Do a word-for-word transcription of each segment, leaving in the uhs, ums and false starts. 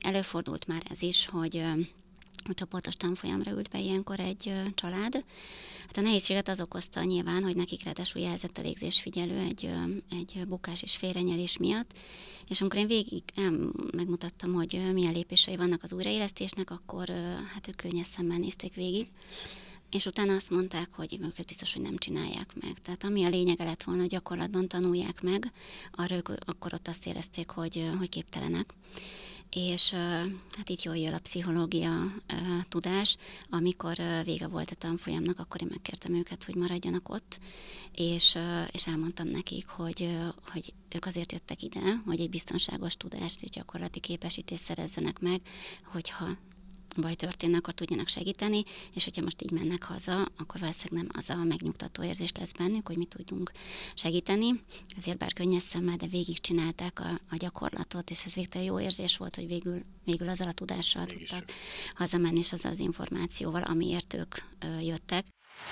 előfordult már ez is, hogy a csoportos tanfolyamra ült be ilyenkor egy ö, család. Hát a nehézséget az okozta nyilván, hogy nekik ráadásul jelzett a légzésfigyelő egy, ö, egy bukás és félrenyelés miatt, és amikor én végig em, megmutattam, hogy ö, milyen lépései vannak az újraélesztésnek, akkor ö, hát ők könnyes szemmel nézték végig, és utána azt mondták, hogy őket biztos, hogy nem csinálják meg. Tehát ami a lényege lett volna, hogy gyakorlatban tanulják meg, arra ők akkor ott azt érezték, hogy, ö, hogy képtelenek. És hát itt jól jön a pszichológia uh, tudás. Amikor uh, vége volt a tanfolyamnak, akkor én megkértem őket, hogy maradjanak ott, és, uh, és elmondtam nekik, hogy, uh, hogy ők azért jöttek ide, hogy egy biztonságos tudást és gyakorlati képesítést szerezzenek meg, hogyha baj történne, akkor tudjanak segíteni, és hogyha most így mennek haza, akkor valószínűleg nem az a megnyugtató érzés lesz bennük, hogy mi tudjunk segíteni. Ezért bár könnyes szemmel, de végigcsinálták a, a gyakorlatot, és ez végtelen jó érzés volt, hogy végül, végül azzal a tudással Mégis tudtak hazamenni, és azzal az információval, amiért ők ö, jöttek.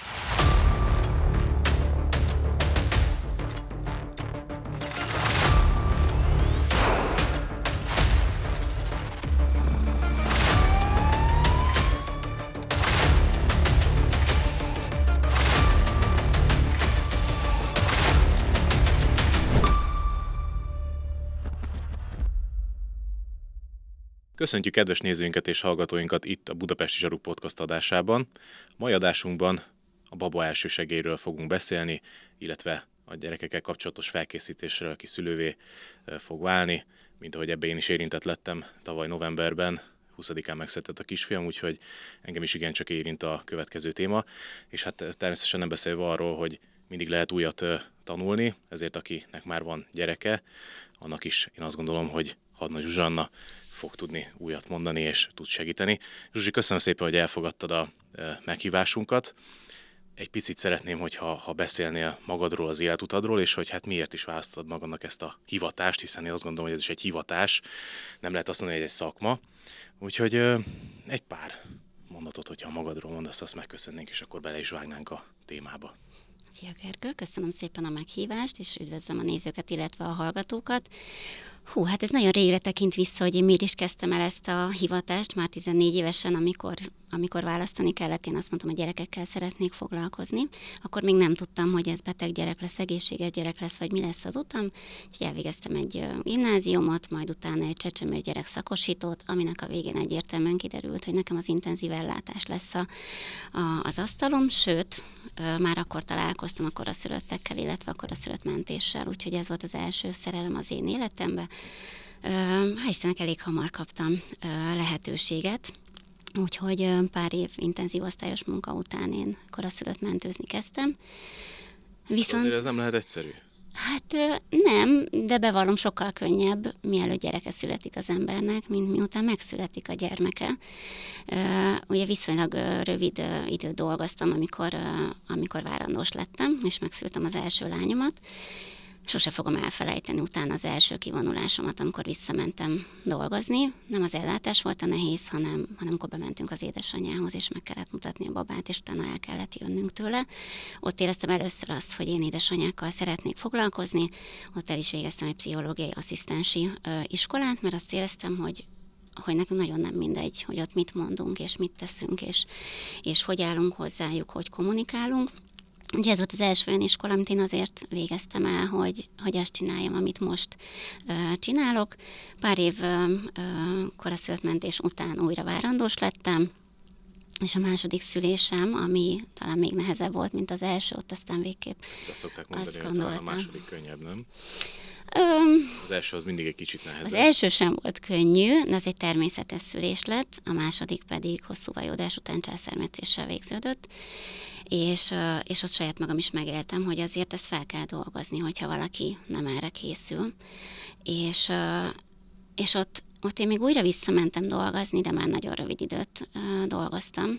Köszöntjük kedves nézőinket és hallgatóinkat itt a Budapesti Zsaru Podcast adásában. Mai adásunkban a baba elsősegélyről fogunk beszélni, illetve a gyerekekkel kapcsolatos felkészítésről, aki szülővé fog válni. Mint ahogy ebben én is érintett lettem tavaly novemberben, huszadikán megszületett a kisfiam, úgyhogy engem is igencsak érint a következő téma. És hát természetesen nem beszélve arról, hogy mindig lehet újat tanulni, ezért akinek már van gyereke, annak is én azt gondolom, hogy Hadna Zsuzsanna fog tudni újat mondani és tud segíteni. Zsuzsi, köszönöm szépen, hogy elfogadtad a meghívásunkat. Egy picit szeretném, hogyha ha beszélnél magadról, az életutadról, és hogy hát miért is választottad magadnak ezt a hivatást, hiszen én azt gondolom, hogy ez is egy hivatás, nem lehet azt mondani, hogy ez egy szakma. Úgyhogy egy pár mondatot, hogyha magadról mondasz, azt megköszönnénk, és akkor bele is vágnánk a témába. Szia Gergő, köszönöm szépen a meghívást, és üdvözlöm a nézőket, illetve a hallgatókat. Hú, hát ez nagyon régre tekint vissza, hogy én miért is kezdtem el ezt a hivatást, már tizennégy évesen, amikor, amikor választani kellett, én azt mondtam, hogy gyerekekkel szeretnék foglalkozni. Akkor még nem tudtam, hogy ez beteg gyerek lesz, egészséges gyerek lesz, vagy mi lesz az utam. Úgyhogy elvégeztem egy gimnáziumot, majd utána egy csecsemő gyerek szakosítót, aminek a végén egyértelműen kiderült, hogy nekem az intenzív ellátás lesz a, a, az asztalom, sőt, már akkor találkoztam a koraszülöttekkel, illetve a koraszülött mentéssel, úgyhogy ez volt az első szerelem az én életemben. Hál' Istennek elég hamar kaptam lehetőséget, úgyhogy pár év intenzív osztályos munka után én koraszülött mentőzni kezdtem. Viszont... Azért ez nem lehet egyszerű. Hát nem, de bevallom, sokkal könnyebb, mielőtt gyereke születik az embernek, mint miután megszületik a gyermeke. Ugye viszonylag rövid időt dolgoztam, amikor, amikor várandós lettem, és megszültem az első lányomat. Sose fogom elfelejteni utána az első kivonulásomat, amikor visszamentem dolgozni. Nem az ellátás volt a nehéz, hanem, hanem amikor bementünk az édesanyjához, és meg kellett mutatni a babát, és utána el kellett jönnünk tőle. Ott éreztem először azt, hogy én édesanyákkal szeretnék foglalkozni. Ott el is végeztem egy pszichológiai asszisztensi ö, iskolát, mert azt éreztem, hogy hogy nekünk nagyon nem mindegy, hogy ott mit mondunk, és mit teszünk, és, és hogy állunk hozzájuk, hogy kommunikálunk. Ugye ez volt az első olyan iskola, amit én azért végeztem el, hogy, hogy azt csináljam, amit most uh, csinálok. Pár év uh, koraszülöttmentés után újra várandós lettem, és a második szülésem, ami talán még nehezebb volt, mint az első, ott aztán végképp azt szokták mondani, azt hogy talán a második könnyebb, nem? Um, az első az mindig egy kicsit nehezebb. Az első sem volt könnyű, de az egy természetes szülés lett, a második pedig hosszú vajudás után császármetszéssel végződött. És, és ott saját magam is megéltem, hogy azért ezt fel kell dolgozni, hogyha valaki nem erre készül. És, és ott, ott én még újra visszamentem dolgozni, de már nagyon rövid időt dolgoztam.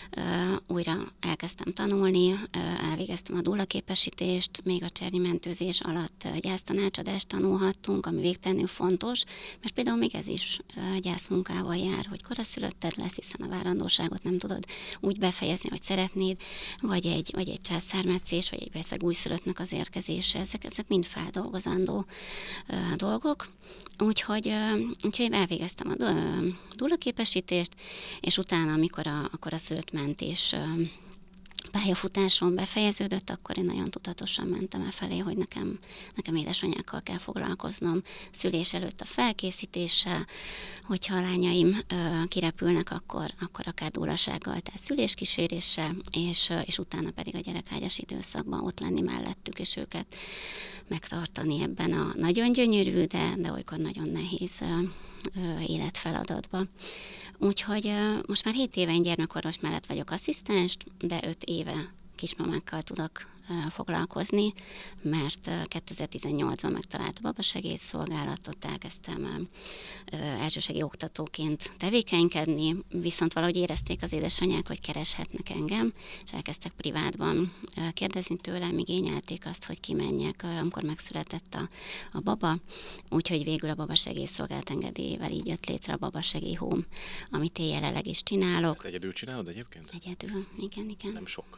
Újra elkezdtem tanulni, elvégeztem a dúllaképesítést, még a csernymentőzés alatt gyásztanácsadást tanulhattunk, ami végtelenül fontos, mert például még ez is gyászmunkával jár, hogy koraszülötted lesz, hiszen a várandóságot nem tudod úgy befejezni, hogy szeretnéd, vagy egy, vagy egy császármetszés, vagy egy beszeg újszülöttnek az érkezése, ezek, ezek mind feldolgozandó dolgok. Úgyhogy, úgyhogy elvégeztem a dúlaképesítést, és utána, amikor a, akkor a szülőttmentés pályafutáson befejeződött, akkor én nagyon tudatosan mentem el felé, hogy nekem, nekem édesanyákkal kell foglalkoznom, szülés előtt a felkészítéssel, hogyha a lányaim ö, kirepülnek, akkor, akkor akár dúlasággal, tehát szüléskíséréssel, és, és utána pedig a gyerekágyas időszakban ott lenni mellettük, és őket megtartani ebben a nagyon gyönyörű, de, de olykor nagyon nehéz ö, ö, életfeladatban. Úgyhogy uh, most már hét éve én gyermekorvos mellett vagyok asszisztens, de öt éve kismamákkal tudok uh, foglalkozni, mert uh, kétezer-tizennyolcban megtalált a babasegélyszolgálatot, elkezdtem uh, uh, elsősegély oktatóként tevékenykedni, viszont valahogy érezték az édesanyák, hogy kereshetnek engem, és elkezdtek privátban uh, kérdezni tőlem, igényelték azt, hogy kimenjek, uh, amikor megszületett a, a baba, úgyhogy végül a babasegélyszolgálat engedélyével így jött létre a Babasegély Home, amit én jelenleg is csinálok. Ezt egyedül csinálod egyébként? Egyedül, igen, igen. Nem sok.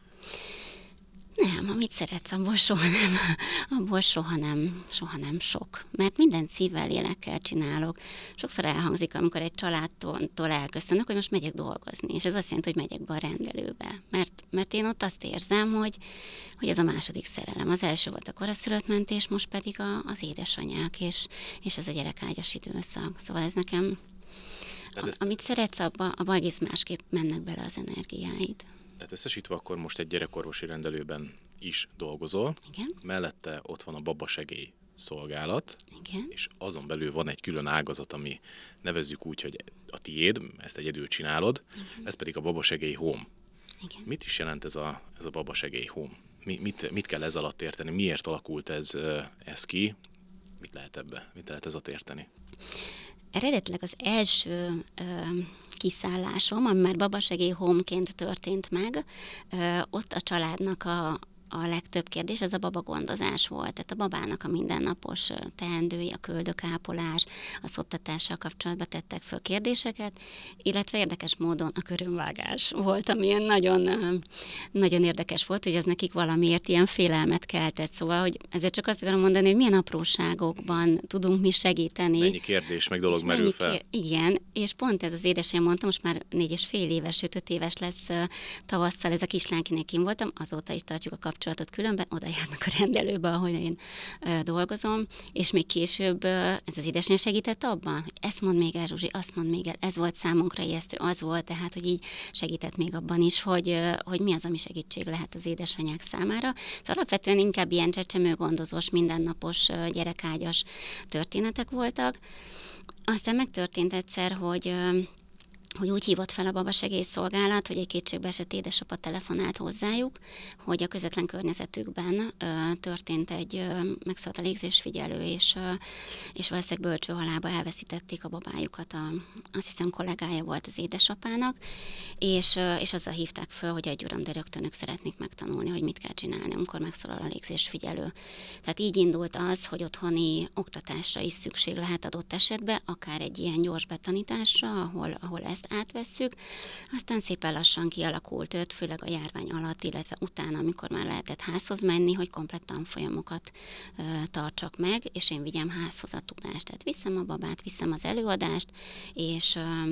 Nem, amit szeretsz, abból soha nem, abból soha nem, soha nem sok. Mert mindent szívvel, lélekkel csinálok. Sokszor elhangzik, amikor egy családtól elköszönök, hogy most megyek dolgozni. És ez azt jelenti, hogy megyek be a rendelőbe. Mert, mert én ott azt érzem, hogy, hogy ez a második szerelem. Az első volt a koraszülöttmentés, most pedig a, az édesanyák, és, és ez a gyerekágyas időszak. Szóval ez nekem, a, amit szeretsz, abba, abba egész másképp mennek bele az energiáid. Tehát összesítve akkor most egy gyerekorvosi rendelőben is dolgozol. Igen. Mellette ott van a babasegély szolgálat, Igen. és azon belül van egy külön ágazat, ami nevezzük úgy, hogy a tiéd, ezt egyedül csinálod, igen. Ez pedig a Babasegély Home. Igen. Mit is jelent ez a, ez a Babasegély Home? Mi, mit, mit kell ez alatt érteni? Miért alakult ez, ez ki? Mit lehet ebbe? Mit lehet ez alatt érteni? Eredetileg az első ö, kiszállásom, ami már Babasegély Home-ként történt meg, ö, ott a családnak a, a legtöbb kérdés, ez a babagondozás volt. Tehát a babának a mindennapos teendői, a köldökápolás, a szoptatással kapcsolatban tettek föl kérdéseket, illetve érdekes módon a körömvágás volt, ami ilyen nagyon, nagyon érdekes volt, hogy ez nekik valamiért ilyen félelmet keltett. Szóval, hogy ezért csak azt akarom mondani, hogy milyen apróságokban tudunk mi segíteni. Mennyi kérdés, meg dolog merül fel. Kér... Igen, és pont ez az édesanyám mondta, most már négy és fél éves, sőt öt éves lesz tavasszal, ez a kislány, kinek én voltam, azóta is tartjuk a kapcsolatot, különben oda járnak a rendelőbe, ahol én ö, dolgozom, és még később ö, ez az édesanyja segített abban, hogy ezt mondd még el, Zsuzsi, azt mondd még el, ez volt számunkra ijesztő, az volt, tehát, hogy így segített még abban is, hogy, ö, hogy mi az, ami segítség lehet az édesanyák számára. Szóval alapvetően inkább ilyen csecsemőgondozós, mindennapos, ö, gyerekágyas történetek voltak. Aztán megtörtént egyszer, hogy ö, hogy úgy hívott fel a babasegélyszolgálat, hogy egy kétségbeesett édesapa telefonált hozzájuk, hogy a közvetlen környezetükben ö, történt egy, ö, megszólalt a légzésfigyelő, és, ö, és valószínűleg bölcsőhalálba elveszítették a babájukat, a, azt hiszem kollégája volt az édesapának, és, ö, és azzal hívták föl, hogy egy uram, de rögtön ők szeretnék megtanulni, hogy mit kell csinálni, amikor megszólal a légzésfigyelő. Tehát így indult az, hogy otthoni oktatásra is szükség lehet adott esetben, akár egy ilyen gyors betanításra, ahol, ahol ezt átvesszük, aztán szépen lassan kialakult őt, főleg a járvány alatt, illetve utána, amikor már lehetett házhoz menni, hogy komplett tanfolyamokat ö, tartsak meg, és én vigyem házhoz a tudást. Tehát viszem a babát, viszem az előadást, és ö,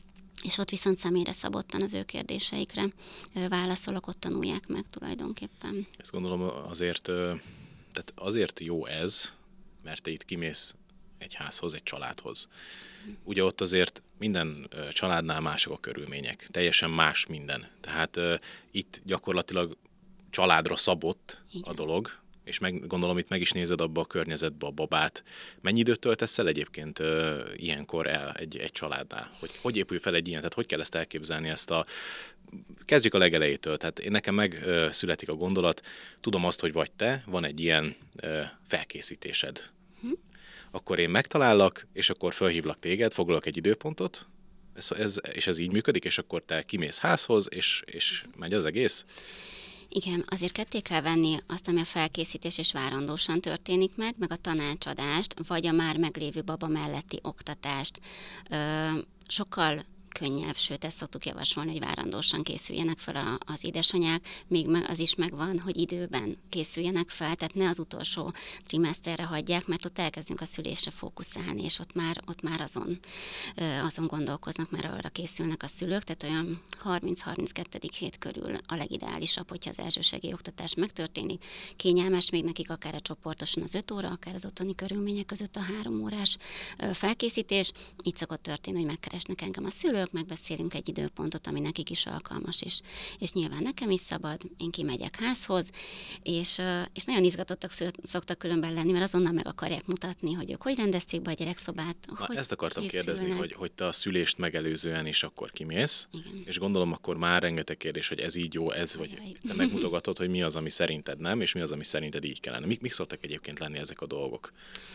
és ott viszont személyre szabottan az ő kérdéseikre ö, válaszolok, ott tanulják meg tulajdonképpen. Ezt gondolom azért, tehát azért jó ez, mert te itt kimész egy házhoz, egy családhoz. Ugye ott azért minden családnál mások a körülmények, teljesen más minden. Tehát uh, itt gyakorlatilag családra szabott igen. A dolog, és meg, gondolom itt meg is nézed abba a környezetbe a babát. Mennyi időt töltesz el egyébként uh, ilyenkor el egy, egy családnál? Hogy, hogy épül fel egy ilyen? Tehát hogy kell ezt elképzelni, ezt a... Kezdjük a legelejétől. Tehát én nekem megszületik a gondolat, tudom azt, hogy vagy te, van egy ilyen uh, felkészítésed. Hm. Akkor én megtalállak, és akkor felhívlak téged, foglalok egy időpontot, ez, ez, és ez így működik, és akkor te kimész házhoz, és, és megy az egész? Igen, azért ketté kell venni azt, ami a felkészítés és várandósan történik meg, meg a tanácsadást, vagy a már meglévő baba melletti oktatást. Ö, sokkal könnyebb, sőt ezt szoktuk javasolni, hogy várandósan készüljenek fel a, az édesanyák, még az is megvan, hogy időben készüljenek fel, tehát ne az utolsó trimeszterre hagyják, mert ott elkezdünk a szülésre fókuszálni, és ott már, ott már azon, azon gondolkoznak, mert arra készülnek a szülők, tehát olyan harminc-harminckettő hét körül a legideálisabb, hogyha az elsősegélyoktatás megtörténik, kényelmes még nekik akár a csoportosan az öt óra, akár az otthoni körülmények között a három órás felkészítés. Így szokott történni, hogy megkeresnek engem a szülők, megbeszélünk egy időpontot, ami nekik is alkalmas, és, és nyilván nekem is szabad, én kimegyek házhoz, és, és nagyon izgatottak szoktak különben lenni, mert azonnal meg akarják mutatni, hogy ők hogy rendezték be a gyerekszobát. Na, hogy ezt akartam készülnek. kérdezni, hogy, hogy te a szülést megelőzően is akkor kimész, Igen. és gondolom akkor már rengeteg kérdés, hogy ez így jó, ez, vagy Ajaj. te megmutogatod, hogy mi az, ami szerinted nem, és mi az, ami szerinted így kellene. Mik, mik szoktak egyébként lenni ezek a dolgok?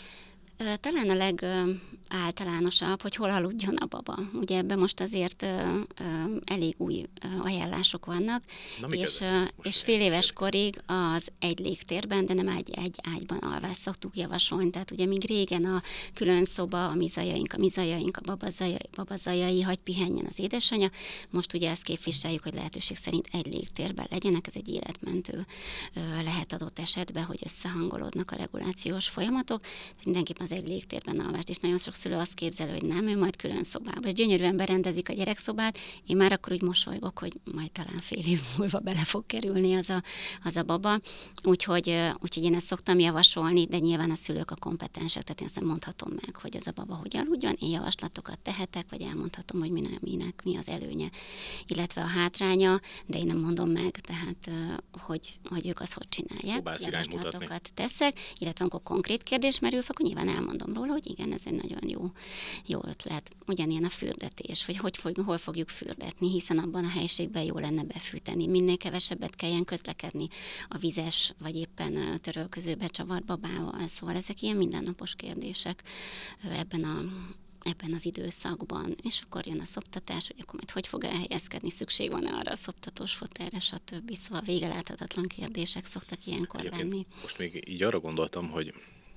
Talán a legáltalánosabb, hogy hol aludjon a baba. Ugye ebben most azért ö, ö, elég új ö, ajánlások vannak, Na, és, ö, és fél éves korig az egy légtérben, de nem egy, egy ágyban alvás szoktuk javasolni. Tehát ugye még régen a külön szoba, a mi zajaink, a mi zajaink, a babazajai, babazajai, hagy pihenjen az édesanyja. Most ugye ezt képviseljük, hogy lehetőség szerint egy légtérben legyenek, ez egy életmentő ö, lehet adott esetben, hogy összehangolódnak a regulációs folyamatok. Tehát mindenképpen az egy légtérben alvást, és nagyon sok szülő azt képzel, hogy nem, ő majd külön szobába. És gyönyörűen berendezik a gyerekszobát, én már akkor úgy mosolygok, hogy majd talán fél év múlva bele fog kerülni az a, az a baba. Úgyhogy, úgyhogy én ezt szoktam javasolni, de nyilván a szülők a kompetensek, tehát én ezt mondhatom meg, hogy ez a baba hogy aludjon, én javaslatokat tehetek, vagy elmondhatom, hogy minek, minek mi az előnye, illetve a hátránya, de én nem mondom meg, tehát hogy, hogy ők azt hogy csinálják. Próbálsz irányt mutatni. Javaslatokat teszek, illetve amikor konkrét kérdés merül, akkor nyilván elmondom róla, hogy igen, ez egy nagyon jó, jó ötlet. Ugyanilyen a fürdetés, hogy, hogy fog, hol fogjuk fürdetni, hiszen abban a helyiségben jó lenne befűteni. Minél kevesebbet kelljen közlekedni a vizes, vagy éppen törölközőbe csavart babával. Szóval ezek ilyen mindennapos kérdések ebben a ebben az időszakban, és akkor jön a szoptatás, hogy akkor majd hogy fog elhelyezkedni, szükség van arra a szoptatós fotelre, stb. Szóval végeláthatatlan kérdések szoktak ilyenkor Egyébként lenni. Most még így arra gondoltam, hogy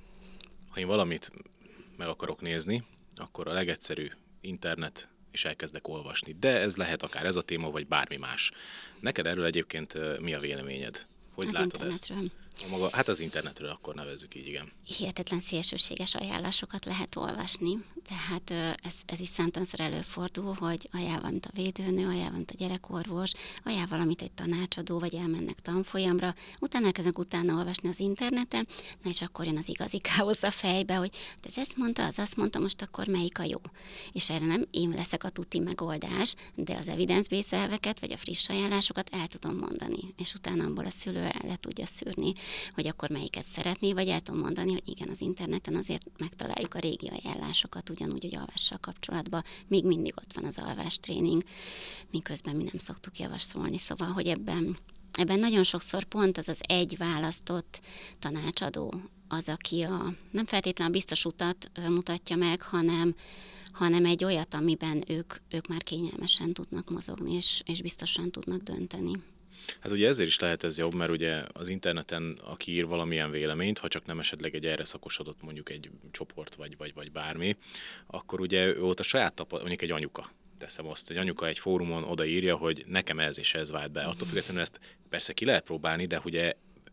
ha én valamit meg akarok nézni, akkor a legegyszerű internet, és elkezdek olvasni. De ez lehet akár ez a téma, vagy bármi más. Neked erről egyébként mi a véleményed? Hogy az látod internetről. ezt? A maga, hát az internetről akkor nevezzük így, igen. Hihetetlen szélsőséges ajánlásokat lehet olvasni, tehát ez, ez is számtalanszor előfordul, hogy ajánl valamit a védőnő, ajánl valamit a gyerekorvos, ajánl valamit egy tanácsadó, vagy elmennek tanfolyamra, utána elkezdenek utána olvasni az interneten, na és akkor jön az igazi káosz a fejbe, hogy ez ezt mondta, az azt mondta, most akkor melyik a jó. És erre nem én leszek a tuti megoldás, de az evidence-based elveket, vagy a friss ajánlásokat el tudom mondani, és utána abból a szülő el le tudja szűrni, hogy akkor melyiket szeretné, vagy el tudom mondani, hogy igen, az interneten azért megtaláljuk a régi ajánlásokat, ugyanúgy, hogy alvással kapcsolatban még mindig ott van az alvástréning, miközben mi nem szoktuk javasolni. Szóval, hogy ebben, ebben nagyon sokszor pont az az egy választott tanácsadó az, aki a, nem feltétlenül a biztos utat mutatja meg, hanem hanem egy olyat, amiben ők, ők már kényelmesen tudnak mozogni, és, és biztosan tudnak dönteni. Hát ugye ezért is lehet ez jobb, mert ugye az interneten, aki ír valamilyen véleményt, ha csak nem esetleg egy erre szakosodott mondjuk egy csoport vagy, vagy, vagy bármi, akkor ugye ő ott a saját tapasztalat, mondjuk egy anyuka, teszem azt, egy anyuka egy fórumon odaírja, hogy nekem ez és ez vált be. Attól függetlenül ezt persze ki lehet próbálni, de ugye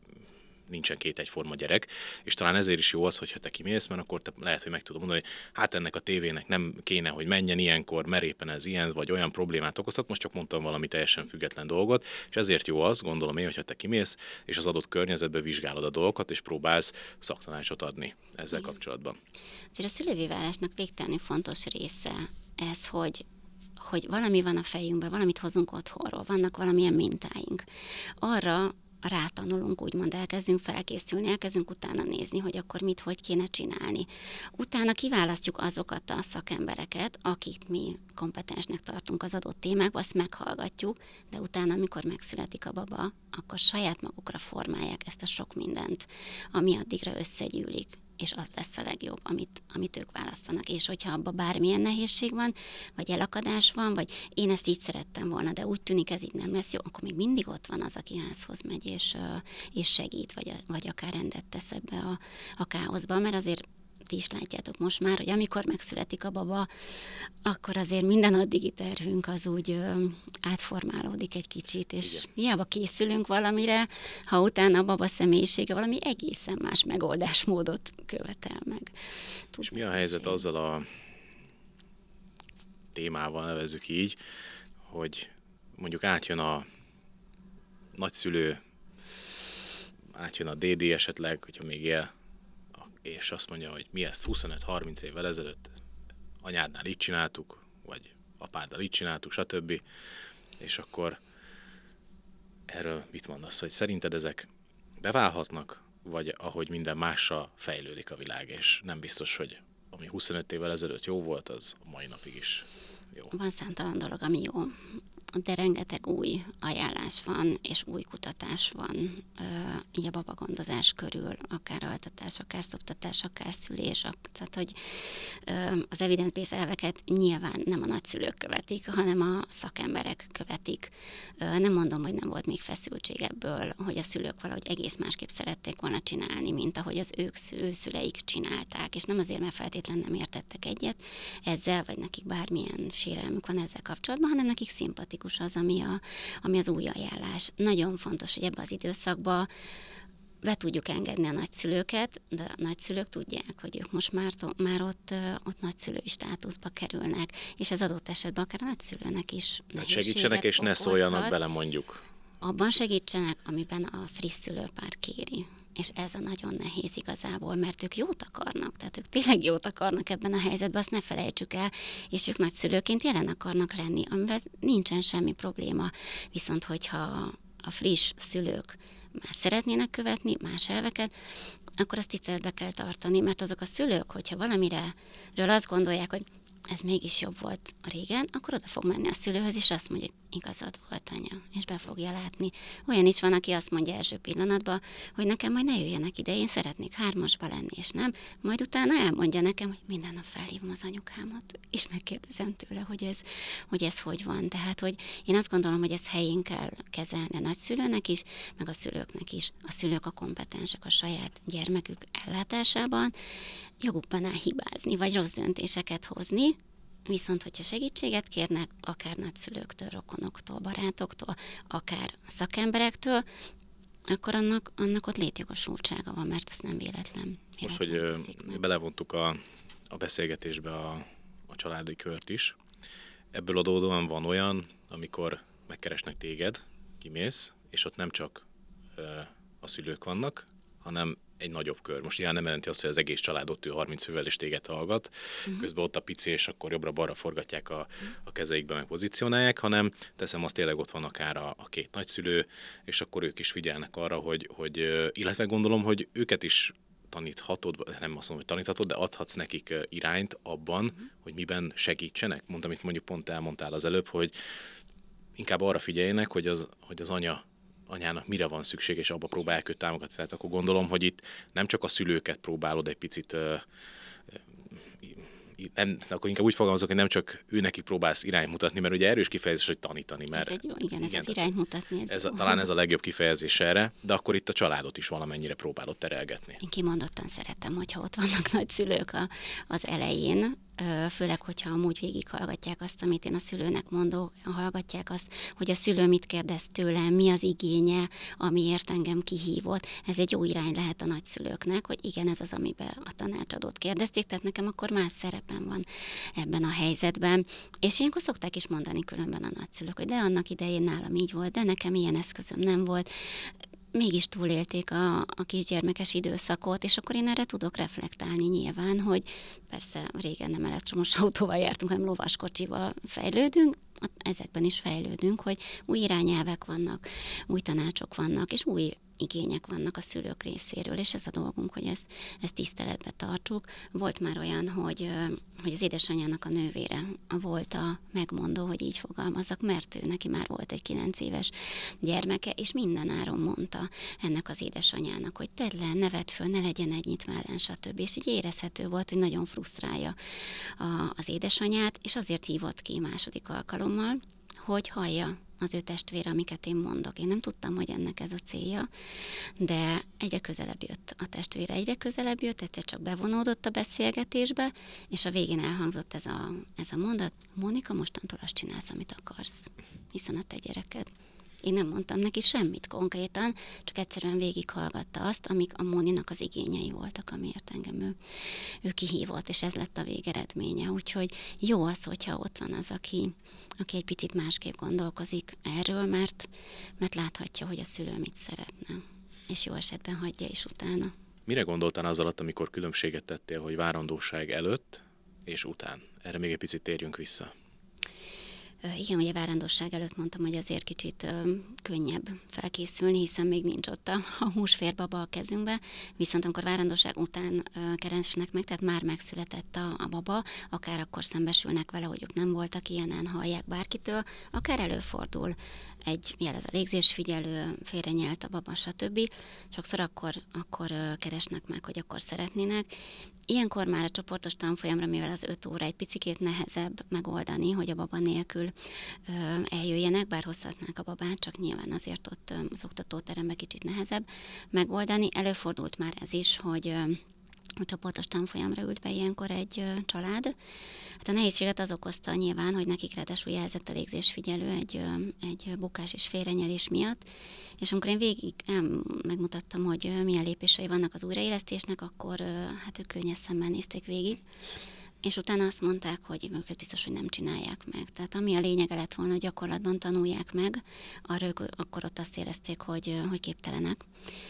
nincsen két egyforma gyerek, és talán ezért is jó az, hogyha te kimész, mert akkor te lehet, hogy meg tudod mondani, hogy hát ennek a tévének nem kéne, hogy menjen ilyenkor, mert éppen ez ilyen, vagy olyan problémát okozhat, most csak mondtam valami teljesen független dolgot, és ezért jó az, gondolom én, hogyha te kimész, és az adott környezetbe vizsgálod a dolgokat, és próbálsz szaktanácsot adni ezzel Igen. kapcsolatban. Azért a szülővé válásnak végtelenül fontos része ez, hogy hogy valami van a fejünkben, valamit hozunk otthonról, vannak valamilyen mintáink. Arra rátanulunk, úgymond elkezdünk felkészülni, elkezdünk utána nézni, hogy akkor mit, hogy kéne csinálni. Utána kiválasztjuk azokat a szakembereket, akit mi kompetensnek tartunk az adott témákban, azt meghallgatjuk, de utána, amikor megszületik a baba, akkor saját magukra formálják ezt a sok mindent, ami addigra összegyűlik, és az lesz a legjobb, amit, amit ők választanak. És hogyha abban bármilyen nehézség van, vagy elakadás van, vagy én ezt így szerettem volna, de úgy tűnik, ez így nem lesz jó, akkor még mindig ott van az, aki házhoz megy, és, és segít, vagy, vagy akár rendet tesz ebbe a, a káoszba, mert azért ti is látjátok most már, hogy amikor megszületik a baba, akkor azért minden addigi tervünk az úgy ö, átformálódik egy kicsit, és igen. hiába készülünk valamire, ha utána a baba személyisége valami egészen más megoldásmódot követel meg. És mi a helyzet azzal a témával, nevezzük így, hogy mondjuk átjön a nagyszülő, átjön a dé dé esetleg, hogyha még él, és azt mondja, hogy mi ezt huszonöt-harminc évvel ezelőtt anyádnál így csináltuk, vagy apáddal így csináltuk, stb. És akkor erről mit mondasz, hogy szerinted ezek beválhatnak, vagy ahogy minden mással fejlődik a világ, és nem biztos, hogy ami huszonöt évvel ezelőtt jó volt, az a mai napig is jó. Van számtalan dolog, ami jó, de rengeteg új ajánlás van, és új kutatás van, így a babagondozás körül, akár altatás, akár szoptatás, akár szülés. Tehát, hogy az evidence-based elveket nyilván nem a nagyszülők követik, hanem a szakemberek követik. Nem mondom, hogy nem volt még feszültség ebből, hogy a szülők valahogy egész másképp szerették volna csinálni, mint ahogy az ők szüleik csinálták, és nem azért, mert feltétlenül nem értettek egyet ezzel, vagy nekik bármilyen sérelmük van ezzel kapcsolatban, hanem nekik szimpatikus az, ami, a, ami az új ajánlás. Nagyon fontos, hogy ebben az időszakban be tudjuk engedni a nagyszülőket, de a nagyszülők tudják, hogy ők most már, már ott, ott nagyszülői státuszba kerülnek, és ez adott esetben akár a nagyszülőnek is nehézséget segítsenek, és ne szóljanak bele, mondjuk. Abban segítsenek, amiben a friss szülőpár kéri. És ez a nagyon nehéz igazából, mert ők jót akarnak, tehát ők tényleg jót akarnak ebben a helyzetben, azt ne felejtsük el, és ők nagyszülőként jelen akarnak lenni, amivel nincsen semmi probléma. Viszont hogyha a friss szülők már szeretnének követni más elveket, akkor azt tiszteletbe kell tartani, mert azok a szülők, hogyha valamiről azt gondolják, hogy ez mégis jobb volt régen, akkor oda fog menni a szülőhöz, és azt mondja, hogy igazad volt, anya, és be fogja látni. Olyan is van, aki azt mondja első pillanatban, hogy nekem majd ne jöjjenek ide, én szeretnék hármasba lenni, és nem. Majd utána elmondja nekem, hogy minden nap felhívom az anyukámat, és megkérdezem tőle, hogy ez, hogy ez hogy van. Tehát, hogy én azt gondolom, hogy ez helyén kell kezelni a nagyszülőnek is, meg a szülőknek is. A szülők a kompetensek a saját gyermekük ellátásában, jogukban áll hibázni, vagy rossz döntéseket hozni, viszont hogyha segítséget kérnek, akár nagyszülőktől, rokonoktól, barátoktól, akár szakemberektől, akkor annak, annak ott létjogosultsága van, mert ez nem véletlen. Most, hogy belevontuk a, a beszélgetésbe a, a családi kört is, ebből adódóan van olyan, amikor megkeresnek téged, kimész, és ott nem csak ö, a szülők vannak, hanem egy nagyobb kör. Most ilyen nem jelenti azt, hogy az egész család ott ül harminc fővel és téged hallgat, uh-huh. közben ott a pici, és akkor jobbra-balra forgatják a, a kezeikbe, meg pozícionálják, hanem teszem azt, tényleg ott van akár a, a két nagyszülő, és akkor ők is figyelnek arra, hogy, hogy illetve gondolom, hogy őket is taníthatod, nem azt mondom, hogy taníthatod, de adhatsz nekik irányt abban, uh-huh. hogy miben segítsenek. Mondtam, amit mondjuk pont elmondtál az előbb, hogy inkább arra figyeljenek, hogy az, hogy az anya anyának mire van szükség, és abba próbálják őt támogatni. Tehát akkor gondolom, hogy itt nem csak a szülőket próbálod egy picit, uh, nem, akkor inkább úgy fogalmazok, hogy nem csak ő neki próbálsz irányt mutatni, mert ugye erős kifejezés, hogy tanítani. Mert ez egy jó, igen, igen, ez az irányt mutatni. Ez ez a, talán ez a legjobb kifejezés erre, de akkor itt a családot is valamennyire próbálod terelgetni. Én kimondottan szeretem, hogyha ott vannak nagyszülők a, az elején, főleg, hogyha amúgy végighallgatják azt, amit én a szülőnek mondok, hallgatják azt, hogy a szülő mit kérdez tőlem, mi az igénye, amiért engem kihívott. Ez egy jó irány lehet a nagyszülőknek, hogy igen, ez az, amiben a tanácsadót kérdezték, tehát nekem akkor más szerepem van ebben a helyzetben. És ilyenkor szokták is mondani különben a nagyszülők, hogy de annak idején nálam így volt, de nekem ilyen eszközöm nem volt. Mégis túlélték a, a kisgyermekes időszakot, és akkor én erre tudok reflektálni nyilván, hogy persze régen nem elektromos autóval jártunk, hanem lovaskocsival fejlődünk, ezekben is fejlődünk, hogy új irányelvek vannak, új tanácsok vannak, és új igények vannak a szülők részéről, és ez a dolgunk, hogy ezt, ezt tiszteletbe tartsuk. Volt már olyan, hogy, hogy az édesanyjának a nővére volt a megmondó, hogy így fogalmazzak, mert ő neki már volt egy kilenc éves gyermeke, és minden áron mondta ennek az édesanyjának, hogy tedd le, ne vedd föl, ne legyen egy nyitvállán, stb. És így érezhető volt, hogy nagyon frusztrálja a, az édesanyját, és azért hívott ki második alkalommal, hogy hallja az ő testvére, amiket én mondok. Én nem tudtam, hogy ennek ez a célja, de egyre közelebb jött a testvére, egyre közelebb jött, egyszer csak bevonódott a beszélgetésbe, és a végén elhangzott ez a, ez a mondat: Mónika, mostantól azt csinálsz, amit akarsz, hiszen a te gyereked. Én nem mondtam neki semmit konkrétan, csak egyszerűen végighallgatta azt, amik a Móninak az igényei voltak, amiért engem ő, ő kihívott, és ez lett a végeredménye. Úgyhogy jó az, hogyha ott van az, aki, aki egy picit másképp gondolkozik erről, mert, mert láthatja, hogy a szülő mit szeretne, és jó esetben hagyja is utána. Mire gondoltál az alatt, amikor különbséget tettél, hogy várandóság előtt és után? Erre még egy picit térjünk vissza. Igen, ugye várandosság előtt mondtam, hogy azért kicsit ö, könnyebb felkészülni, hiszen még nincs ott a, a húsférbaba a kezünkbe, viszont amikor várandosság után ö, keresnek meg, tehát már megszületett a, a baba, akár akkor szembesülnek vele, hogy ők nem voltak ilyenen, hallják bárkitől, akár előfordul egy jel az a légzésfigyelő, félrenyelt a baba, stb. Sokszor akkor, akkor ö, keresnek meg, hogy akkor szeretnének. Ilyenkor már a csoportos tanfolyamra, mivel az öt óra egy picikét nehezebb megoldani, hogy a baba nélkül ö, eljöjjenek, bár hozhatnák a babát, csak nyilván azért ott ö, az oktatóteremben kicsit nehezebb megoldani. Előfordult már ez is, hogy ö, a csoportos tanfolyamra ült be ilyenkor egy ö, család. Hát a nehézséget az okozta nyilván, hogy nekik ráadásul jelzett a légzésfigyelő egy, ö, egy bukás és félrenyelés miatt, és amikor én végig em, megmutattam, hogy ö, milyen lépései vannak az újraélesztésnek, akkor ö, hát ők könnyes szemmel nézték végig, és utána azt mondták, hogy őket biztos, hogy nem csinálják meg. Tehát ami a lényege lett volna, hogy gyakorlatban tanulják meg, arra ők akkor ott azt érezték, hogy, ö, hogy képtelenek.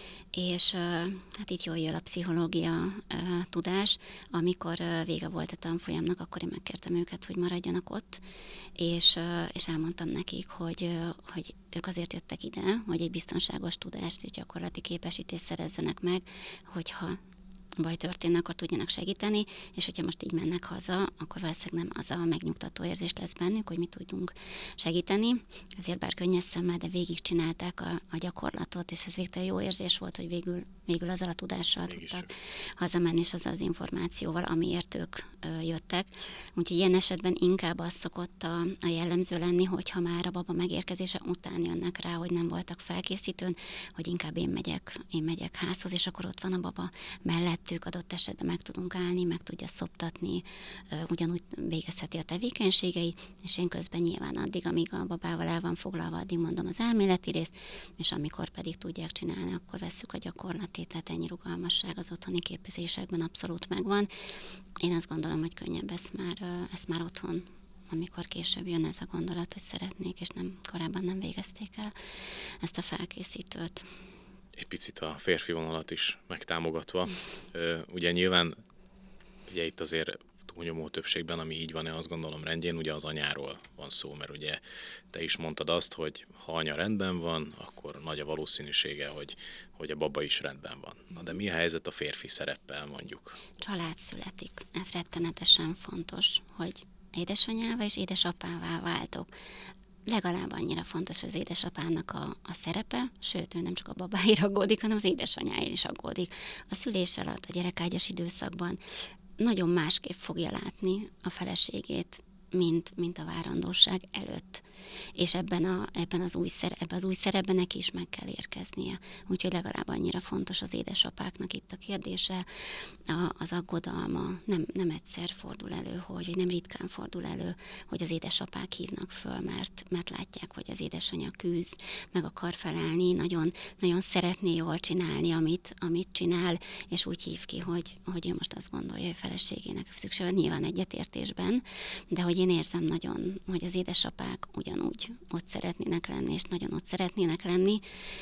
És hát itt jól jön a pszichológia uh, tudás. Amikor uh, vége volt a tanfolyamnak, akkor én megkértem őket, hogy maradjanak ott, és, uh, és elmondtam nekik, hogy, uh, hogy ők azért jöttek ide, hogy egy biztonságos tudást és gyakorlati képesítést szerezzenek meg, hogyha baj történne, akkor tudjanak segíteni, és hogyha most így mennek haza, akkor valószínűleg nem az a megnyugtató érzés lesz bennük, hogy mi tudjunk segíteni. Ezért bár könnyes szemmel, de végigcsinálták a, a gyakorlatot, és ez végtelen jó érzés volt, hogy végül, végül azzal a tudással Mégis tudtak hazamenni, és azzal az információval, amiért ők ö, jöttek. Úgyhogy ilyen esetben inkább az szokott a, a jellemző lenni, hogyha már a baba megérkezése után jönnek rá, hogy nem voltak felkészítőn, hogy inkább én megyek, én megyek házhoz, és akkor ott van a baba mellett, ők adott esetben meg tudunk állni, meg tudja szoptatni, ugyanúgy végezheti a tevékenységeit, és én közben nyilván addig, amíg a babával el van foglalva, addig mondom az elméleti részt, és amikor pedig tudják csinálni, akkor vesszük a gyakorlati, tehát ennyi rugalmasság az otthoni képzésekben abszolút megvan. Én azt gondolom, hogy könnyebb ezt már, ezt már otthon, amikor később jön ez a gondolat, hogy szeretnék, és nem korábban nem végezték el ezt a felkészítőt. Egy picit a férfi vonalat is megtámogatva. Ugye nyilván ugye itt azért túlnyomó többségben, ami így van, azt gondolom rendjén, ugye az anyáról van szó, mert ugye te is mondtad azt, hogy ha anya rendben van, akkor nagy a valószínűsége, hogy, hogy a baba is rendben van. Na de mi a helyzet a férfi szereppel, mondjuk? Család születik. Ez rettenetesen fontos, hogy édesanyává és édesapává váltok. Legalább annyira fontos az édesapának a, a szerepe, sőt, ő nem csak a babáért aggódik, hanem az édesanyáért is aggódik. A szülés alatt, a gyerekágyas időszakban nagyon másképp fogja látni a feleségét, mint, mint a várandóság előtt. És ebben, a, ebben, az új szere, ebben az új szerepben neki is meg kell érkeznie. Úgyhogy legalább annyira fontos az édesapáknak itt a kérdése, a, az aggodalma. Nem, nem egyszer fordul elő, hogy, vagy nem ritkán fordul elő, hogy az édesapák hívnak föl, mert, mert látják, hogy az édesanyja küzd, meg akar felállni, nagyon, nagyon szeretné jól csinálni, amit, amit csinál, és úgy hív ki, hogy, hogy ő most azt gondolja, hogy feleségének szüksége van, nyilván egyetértésben, de hogy én érzem nagyon, hogy az édesapák ugyanúgy ott szeretnének lenni, és nagyon ott szeretnének lenni,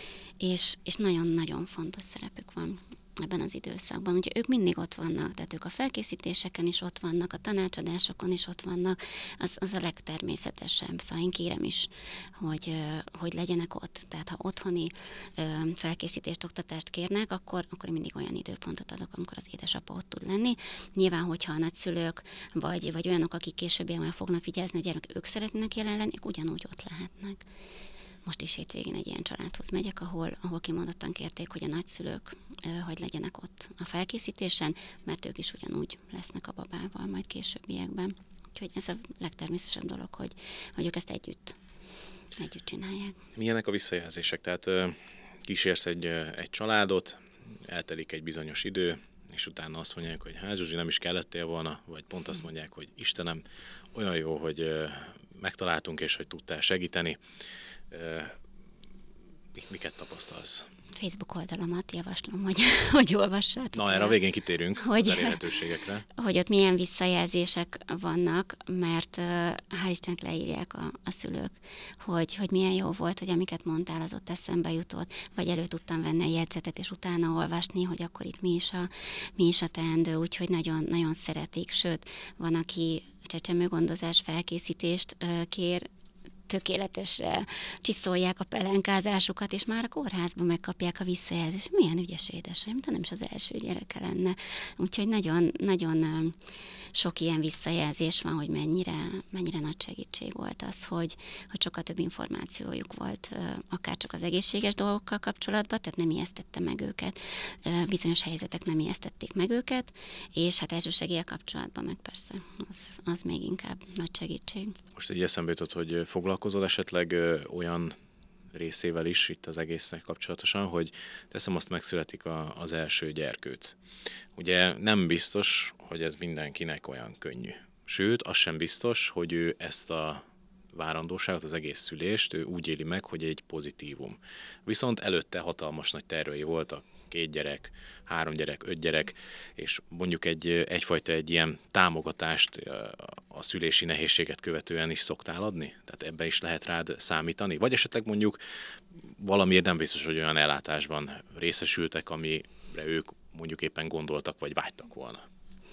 és, és nagyon-nagyon fontos szerepük van ebben az időszakban. Úgyhogy ők mindig ott vannak, tehát ők a felkészítéseken is ott vannak, a tanácsadásokon is ott vannak, az, az a legtermészetesebb. Szóval én kérem is, hogy, hogy legyenek ott. Tehát ha otthoni felkészítést, oktatást kérnek, akkor, akkor mindig olyan időpontot adok, amikor az édesapa ott tud lenni. Nyilván, hogyha a nagyszülők, vagy, vagy olyanok, akik későbbiekben fognak vigyázni a gyermek, ők szeretnének jelen lenni, ugyanúgy ott lehetnek. Most is hétvégén egy ilyen családhoz megyek, ahol, ahol kimondottan kérték, hogy a nagyszülők hogy legyenek ott a felkészítésen, mert ők is ugyanúgy lesznek a babával majd későbbiekben. Úgyhogy ez a legtermészetesebb dolog, hogy, hogy ők ezt együtt együtt csinálják. Milyenek a visszajelzések? Tehát kísérsz egy, egy családot, eltelik egy bizonyos idő, és utána azt mondják, hogy hát Zsuzsi, nem is kellettél volna, vagy pont azt mondják, hogy Istenem, olyan jó, hogy megtaláltunk, és hogy tudtál segíteni. Miket tapasztalsz? Facebook oldalamat javaslom, hogy, hogy olvassátok. Na, erre a végén kitérünk hogy, az elérhetőségekre. Hogy ott milyen visszajelzések vannak, mert hál' Istennek leírják a, a szülők, hogy, hogy milyen jó volt, hogy amiket mondtál, az ott eszembe jutott, vagy elő tudtam venni a jegyzetet, és utána olvasni, hogy akkor itt mi is a, mi is a teendő, úgyhogy nagyon, nagyon szeretik. Sőt, van, aki csecsemőgondozás felkészítést kér, tökéletesre csiszolják a pelenkázásukat, és már a kórházban megkapják a visszajelzést. Milyen ügyes édesem, mint nem is az első gyereke lenne. Úgyhogy nagyon, nagyon sok ilyen visszajelzés van, hogy mennyire, mennyire nagy segítség volt az, hogy, hogy sokkal több információjuk volt, akár csak az egészséges dolgokkal kapcsolatban, tehát nem ijesztette meg őket, bizonyos helyzetek nem ijesztették meg őket, és hát elsősegéllyel kapcsolatban meg persze, az, az még inkább nagy segítség. Most egy eszembe jutott, hogy foglalkozol esetleg ö, olyan részével is itt az egésznek kapcsolatosan, hogy teszem azt megszületik a, az első gyerkőc. Ugye nem biztos, hogy ez mindenkinek olyan könnyű. Sőt, az sem biztos, hogy ő ezt a várandóságot, az egész szülést ő úgy éli meg, hogy egy pozitívum. Viszont előtte hatalmas nagy tervei voltak, két gyerek, három gyerek, öt gyerek, és mondjuk egy, egyfajta egy ilyen támogatást a szülési nehézséget követően is szoktál adni? Tehát ebbe is lehet rád számítani? Vagy esetleg mondjuk valamiért nem biztos, hogy olyan ellátásban részesültek, amire ők mondjuk éppen gondoltak, vagy vágytak volna?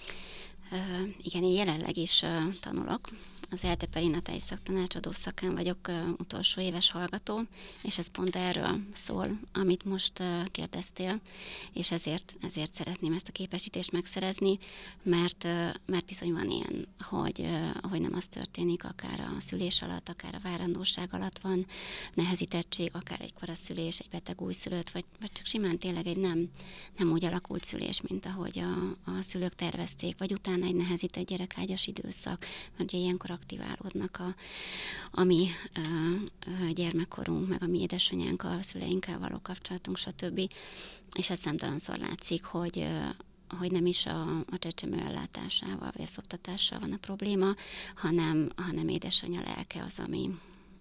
Uh, igen, én jelenleg is uh, tanulok. Az ELTE perinatális szaktanácsadó szakán vagyok, uh, utolsó éves hallgató, és ez pont erről szól, amit most uh, kérdeztél, és ezért, ezért szeretném ezt a képesítést megszerezni, mert, uh, mert bizony van ilyen, hogy, uh, hogy nem az történik, akár a szülés alatt, akár a várandóság alatt van nehezítettség, akár egy koraszülés, egy beteg újszülött, vagy, vagy csak simán tényleg egy nem, nem úgy alakult szülés, mint ahogy a, a szülők tervezték, vagy utána egy nehezített gyerekágyas időszak, mert ugye ilyenkor aktiválódnak a, a mi ö, ö, gyermekkorunk, meg a mi édesanyánkkal, a szüleinkkel való kapcsolatunk, stb. És hát számtalanszor látszik, hogy ö, hogy nem is a, a csecsemő ellátásával, vagy a szoptatással van a probléma, hanem, hanem édesanyja lelke az, ami,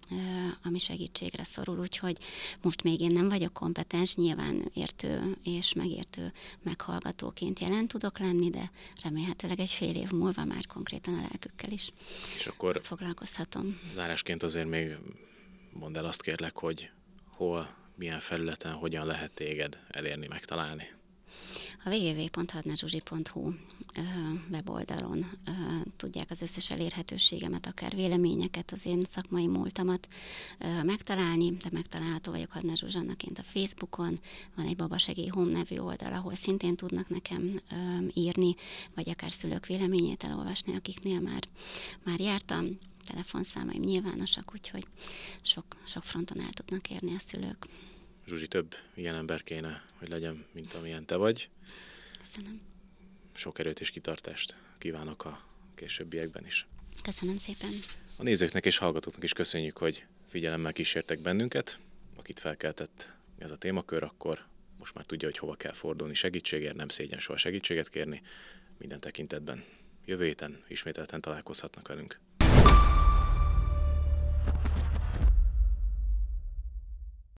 ami segítségre szorul, úgyhogy most még én nem vagyok kompetens, nyilván értő és megértő meghallgatóként jelen tudok lenni, de remélhetőleg egy fél év múlva már konkrétan a lelkükkel is és akkor foglalkozhatom. Zárásként azért még mondd el azt kérlek, hogy hol, milyen felületen, hogyan lehet téged elérni, megtalálni. A double-u double-u double-u pont hadnazsuzsi pont hu weboldalon tudják az összes elérhetőségemet, akár véleményeket, az én szakmai múltamat megtalálni, de megtalálható vagyok Hadná Zsuzsannaként a Facebookon, van egy Babasegély Home nevű oldal, ahol szintén tudnak nekem írni, vagy akár szülők véleményét elolvasni, akiknél már, már jártam. Telefonszámaim nyilvánosak, úgyhogy sok, sok fronton el tudnak érni a szülők. Zsuzsi, több ilyen ember kéne, hogy legyen, mint amilyen te vagy. Köszönöm. Sok erőt és kitartást kívánok a későbbiekben is. Köszönöm szépen. A nézőknek és hallgatóknak is köszönjük, hogy figyelemmel kísértek bennünket. Akit felkeltett ez a témakör, akkor most már tudja, hogy hova kell fordulni segítségért, nem szégyen soha segítséget kérni minden tekintetben. Jövő héten ismételten találkozhatnak velünk.